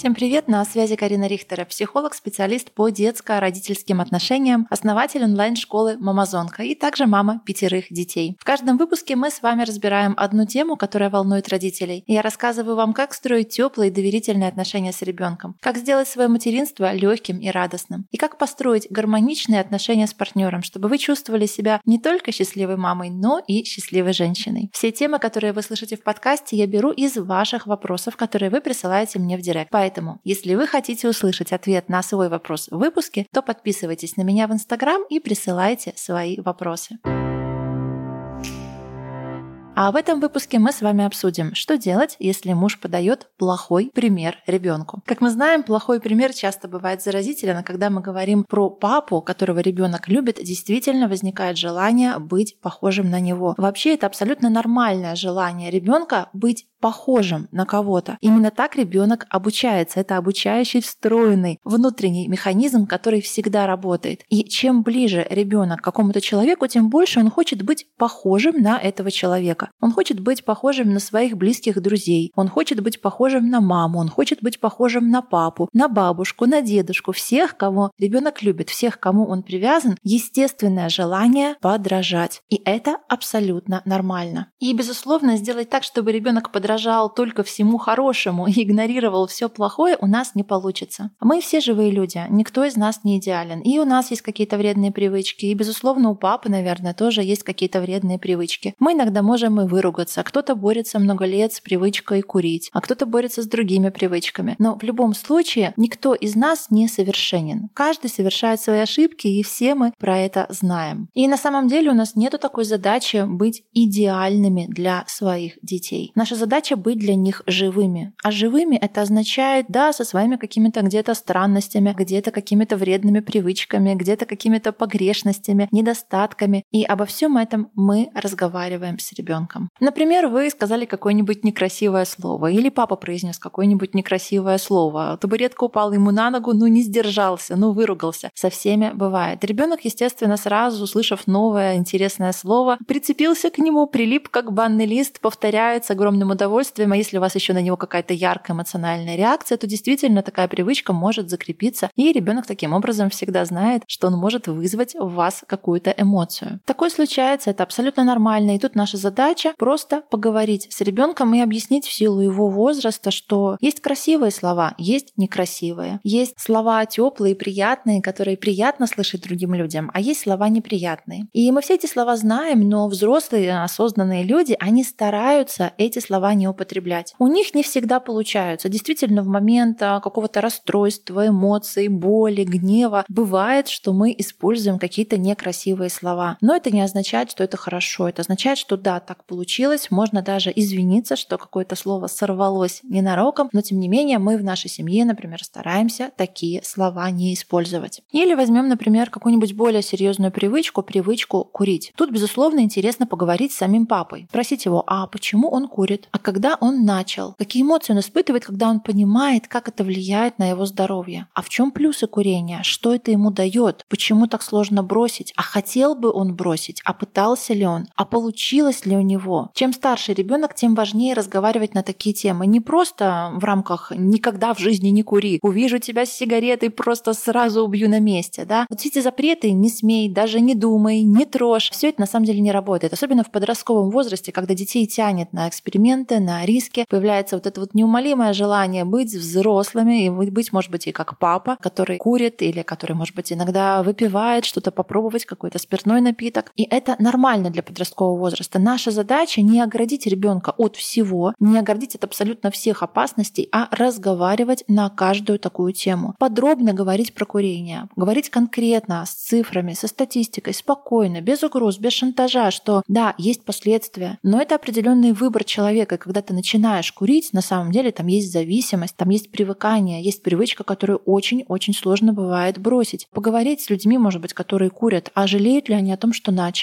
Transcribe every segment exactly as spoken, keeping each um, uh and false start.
Всем привет! На связи Карина Рихтера, психолог, специалист по детско-родительским отношениям, основатель онлайн-школы «Мамазонка» и также мама пятерых детей. В каждом выпуске мы с вами разбираем одну тему, которая волнует родителей. И я рассказываю вам, как строить теплые и доверительные отношения с ребенком, как сделать свое материнство легким и радостным, и как построить гармоничные отношения с партнером, чтобы вы чувствовали себя не только счастливой мамой, но и счастливой женщиной. Все темы, которые вы слышите в подкасте, я беру из ваших вопросов, которые вы присылаете мне в директ. Поэтому, если вы хотите услышать ответ на свой вопрос в выпуске, то подписывайтесь на меня в Инстаграм и присылайте свои вопросы. А в этом выпуске мы с вами обсудим, что делать, если муж подает плохой пример ребенку. Как мы знаем, плохой пример часто бывает заразителен, а когда мы говорим про папу, которого ребенок любит, действительно возникает желание быть похожим на него. Вообще это абсолютно нормальное желание ребенка быть похожим на кого-то. Именно так ребенок обучается. Это обучающий встроенный внутренний механизм, который всегда работает. И чем ближе ребенок к какому-то человеку, тем больше он хочет быть похожим на этого человека. Он хочет быть похожим на своих близких друзей. Он хочет быть похожим на маму. Он хочет быть похожим на папу, на бабушку, на дедушку. Всех, кого ребенок любит, всех, кому он привязан. Естественное желание подражать. И это абсолютно нормально. И, безусловно, сделать так, чтобы ребенок подражал подражал только всему хорошему и игнорировал все плохое, у нас не получится. Мы все живые люди, никто из нас не идеален. И у нас есть какие-то вредные привычки, и, безусловно, у папы, наверное, тоже есть какие-то вредные привычки. Мы иногда можем и выругаться. Кто-то борется много лет с привычкой курить, а кто-то борется с другими привычками. Но в любом случае никто из нас не совершенен. Каждый совершает свои ошибки, и все мы про это знаем. И на самом деле у нас нету такой задачи быть идеальными для своих детей. Наша задача Задача быть для них живыми. А живыми это означает, да, со своими какими-то где-то странностями, где-то какими-то вредными привычками, где-то какими-то погрешностями, недостатками. И обо всем этом мы разговариваем с ребенком. Например, вы сказали какое-нибудь некрасивое слово, или папа произнес какое-нибудь некрасивое слово. Табуретка упала ему на ногу, ну не сдержался, ну выругался. Со всеми бывает. Ребенок, естественно, сразу, услышав новое интересное слово, прицепился к нему, прилип как банный лист, повторяет с огромным удовольствием. удовольствием, а если у вас еще на него какая-то яркая эмоциональная реакция, то действительно такая привычка может закрепиться, и ребенок таким образом всегда знает, что он может вызвать в вас какую-то эмоцию. Такое случается, это абсолютно нормально, и тут наша задача просто поговорить с ребенком и объяснить в силу его возраста, что есть красивые слова, есть некрасивые, есть слова теплые, приятные, которые приятно слышать другим людям, а есть слова неприятные. И мы все эти слова знаем, но взрослые, осознанные люди, они стараются эти слова не употреблять. У них не всегда получаются. Действительно, в момент какого-то расстройства, эмоций, боли, гнева бывает, что мы используем какие-то некрасивые слова. Но это не означает, что это хорошо. Это означает, что да, так получилось. Можно даже извиниться, что какое-то слово сорвалось ненароком, но тем не менее мы в нашей семье, например, стараемся такие слова не использовать. Или возьмем, например, какую-нибудь более серьезную привычку, привычку курить. Тут, безусловно, интересно поговорить с самим папой. Спросить его, а почему он курит? А когда он начал? Какие эмоции он испытывает, когда он понимает, как это влияет на его здоровье? А в чем плюсы курения? Что это ему дает? Почему так сложно бросить? А хотел бы он бросить? А пытался ли он? А получилось ли у него? Чем старше ребенок, тем важнее разговаривать на такие темы. Не просто в рамках «никогда в жизни не кури», «увижу тебя с сигаретой, просто сразу убью на месте». Да? Вот эти запреты «не смей», «даже не думай», «не трожь» — все это на самом деле не работает. Особенно в подростковом возрасте, когда детей тянет на эксперименты, на риски, появляется вот это вот неумолимое желание быть взрослыми и быть, может быть, и как папа, который курит или который, может быть, иногда выпивает, что-то попробовать, какой-то спиртной напиток. И это нормально для подросткового возраста. Наша задача не оградить ребенка от всего, не оградить от абсолютно всех опасностей, а разговаривать на каждую такую тему. Подробно говорить про курение, говорить конкретно, с цифрами, со статистикой, спокойно, без угроз, без шантажа, что да, есть последствия, но это определенный выбор человека. Когда ты начинаешь курить, на самом деле там есть зависимость, там есть привыкание, есть привычка, которую очень-очень сложно бывает бросить. Поговорить с людьми, может быть, которые курят, а жалеют ли они о том, что начали?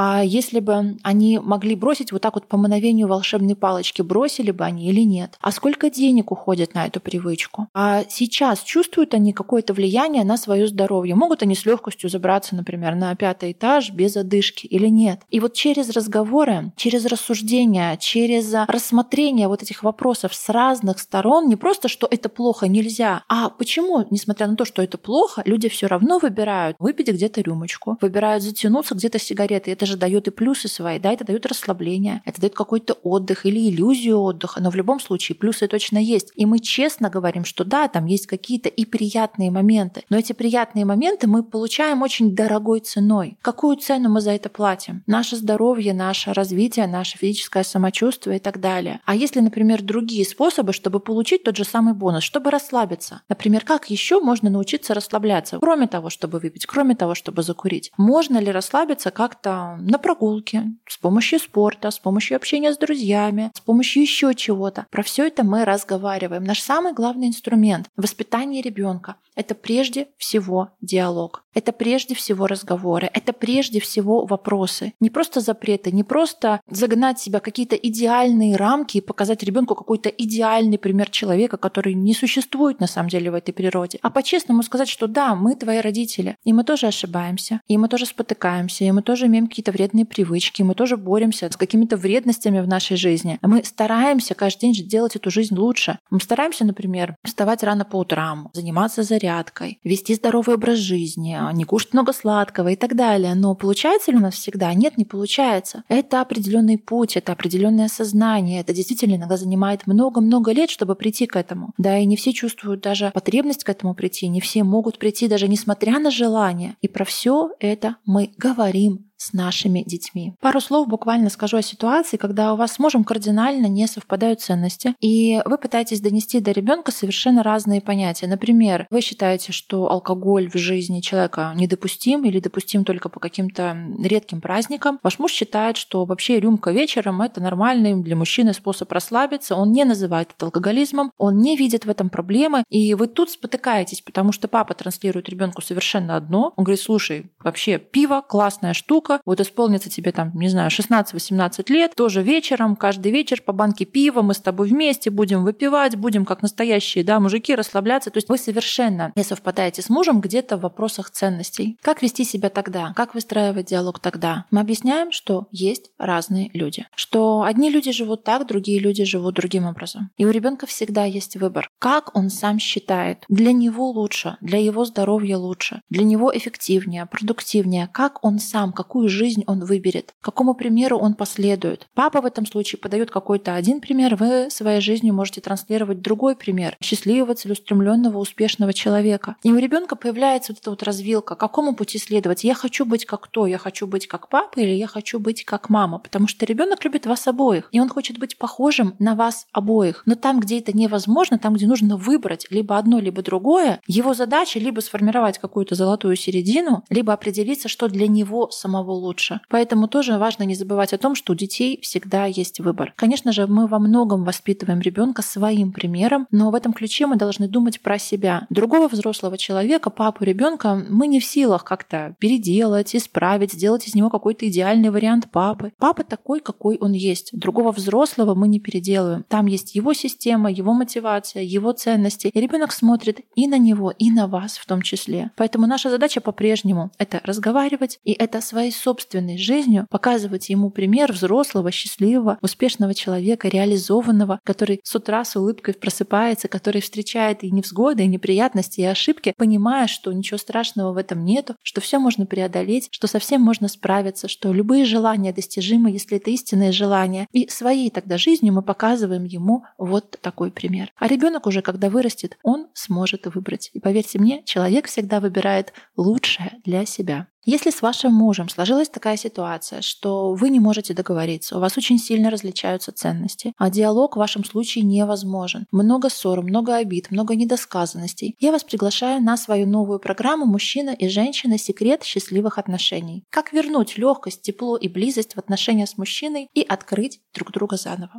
А если бы они могли бросить вот так вот по мановению волшебной палочки, бросили бы они или нет? А сколько денег уходит на эту привычку? А сейчас чувствуют они какое-то влияние на свое здоровье? Могут они с легкостью забраться, например, на пятый этаж без одышки или нет? И вот через разговоры, через рассуждения, через рассмотрение вот этих вопросов с разных сторон, не просто, что это плохо, нельзя, а почему, несмотря на то, что это плохо, люди все равно выбирают выпить где-то рюмочку, выбирают затянуться где-то сигаретой. Это же дает и плюсы свои, да, это дает расслабление, это дает какой-то отдых или иллюзию отдыха, но в любом случае плюсы точно есть. И мы честно говорим, что да, там есть какие-то и приятные моменты, но эти приятные моменты мы получаем очень дорогой ценой. Какую цену мы за это платим? Наше здоровье, наше развитие, наше физическое самочувствие и так далее. А если, например, другие способы, чтобы получить тот же самый бонус, чтобы расслабиться? Например, как еще можно научиться расслабляться, кроме того, чтобы выпить, кроме того, чтобы закурить? Можно ли расслабиться как-то на прогулке, с помощью спорта, с помощью общения с друзьями, с помощью еще чего-то? Про все это мы разговариваем. Наш самый главный инструмент воспитания ребенка — это прежде всего диалог. Это прежде всего разговоры, это прежде всего вопросы. Не просто запреты, не просто загнать себя в какие-то идеальные рамки и показать ребенку какой-то идеальный пример человека, который не существует на самом деле в этой природе, а по-честному сказать, что да, мы твои родители, и мы тоже ошибаемся, и мы тоже спотыкаемся, и мы тоже имеем какие-то вредные привычки, и мы тоже боремся с какими-то вредностями в нашей жизни. Мы стараемся каждый день делать эту жизнь лучше. Мы стараемся, например, вставать рано по утрам, заниматься зарядкой, вести здоровый образ жизни, не кушать много сладкого и так далее. Но получается ли у нас всегда? Нет, не получается. Это определенный путь, это определенное сознание. Это действительно иногда занимает много-много лет, чтобы прийти к этому. Да, и не все чувствуют даже потребность к этому прийти, не все могут прийти даже несмотря на желание. И про все это мы говорим с нашими детьми. Пару слов буквально скажу о ситуации, когда у вас с мужем кардинально не совпадают ценности, и вы пытаетесь донести до ребенка совершенно разные понятия. Например, вы считаете, что алкоголь в жизни человека недопустим или допустим только по каким-то редким праздникам. Ваш муж считает, что вообще рюмка вечером — это нормальный для мужчины способ расслабиться. Он не называет это алкоголизмом, он не видит в этом проблемы, и вы тут спотыкаетесь, потому что папа транслирует ребенку совершенно одно. Он говорит: слушай, вообще пиво — классная штука, вот исполнится тебе там, не знаю, шестнадцать-восемнадцать лет, тоже вечером, каждый вечер по банке пива, мы с тобой вместе будем выпивать, будем как настоящие, да, мужики, расслабляться. То есть вы совершенно не совпадаете с мужем где-то в вопросах ценностей. Как вести себя тогда? Как выстраивать диалог тогда? Мы объясняем, что есть разные люди, что одни люди живут так, другие люди живут другим образом. И у ребенка всегда есть выбор. Как он сам считает, для него лучше, для его здоровья лучше, для него эффективнее, продуктивнее, как он сам, какую жизнь он выберет, какому примеру он последует. Папа в этом случае подает какой-то один пример, вы своей жизнью можете транслировать другой пример счастливого, целеустремленного, успешного человека. И у ребенка появляется вот эта вот развилка, какому пути следовать. Я хочу быть как кто? Я хочу быть как папа или я хочу быть как мама? Потому что ребенок любит вас обоих, и он хочет быть похожим на вас обоих. Но там, где это невозможно, там, где нужно выбрать либо одно, либо другое, его задача либо сформировать какую-то золотую середину, либо определиться, что для него самого лучше. Поэтому тоже важно не забывать о том, что у детей всегда есть выбор. Конечно же, мы во многом воспитываем ребенка своим примером, но в этом ключе мы должны думать про себя. Другого взрослого человека, папу ребенка, мы не в силах как-то переделать, исправить, сделать из него какой-то идеальный вариант папы. Папа такой, какой он есть. Другого взрослого мы не переделываем. Там есть его система, его мотивация, его ценности. И ребенок смотрит и на него, и на вас в том числе. Поэтому наша задача по-прежнему — это разговаривать, и это своей собственной жизнью показывать ему пример взрослого, счастливого, успешного человека, реализованного, который с утра с улыбкой просыпается, который встречает и невзгоды, и неприятности, и ошибки, понимая, что ничего страшного в этом нету, что все можно преодолеть, что со всем можно справиться, что любые желания достижимы, если это истинные желания. И своей тогда жизнью мы показываем ему вот такой пример. А ребенок уже, когда вырастет, он сможет выбрать. И поверьте мне, человек всегда выбирает лучшее для себя. Если с вашим мужем сложилась такая ситуация, что вы не можете договориться, у вас очень сильно различаются ценности, а диалог в вашем случае невозможен, много ссор, много обид, много недосказанностей, я вас приглашаю на свою новую программу «Мужчина и женщина. Секрет счастливых отношений». Как вернуть легкость, тепло и близость в отношения с мужчиной и открыть друг друга заново.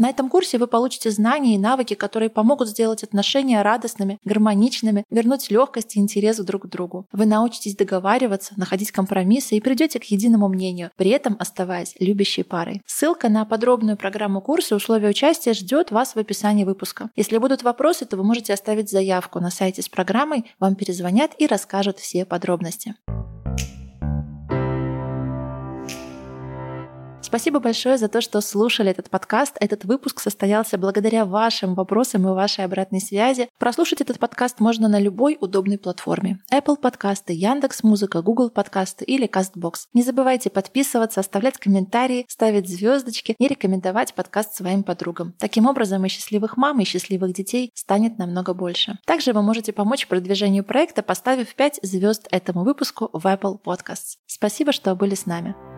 На этом курсе вы получите знания и навыки, которые помогут сделать отношения радостными, гармоничными, вернуть легкость и интерес друг к другу. Вы научитесь договариваться, находить компромиссы и придете к единому мнению, при этом оставаясь любящей парой. Ссылка на подробную программу курса и условия участия ждет вас в описании выпуска. Если будут вопросы, то вы можете оставить заявку на сайте с программой, вам перезвонят и расскажут все подробности. Спасибо большое за то, что слушали этот подкаст. Этот выпуск состоялся благодаря вашим вопросам и вашей обратной связи. Прослушать этот подкаст можно на любой удобной платформе. Apple подкасты, Яндекс.Музыка, Google подкасты или Castbox. Не забывайте подписываться, оставлять комментарии, ставить звездочки и рекомендовать подкаст своим подругам. Таким образом, и счастливых мам, и счастливых детей станет намного больше. Также вы можете помочь продвижению проекта, поставив пять звезд этому выпуску в Apple Podcasts. Спасибо, что были с нами.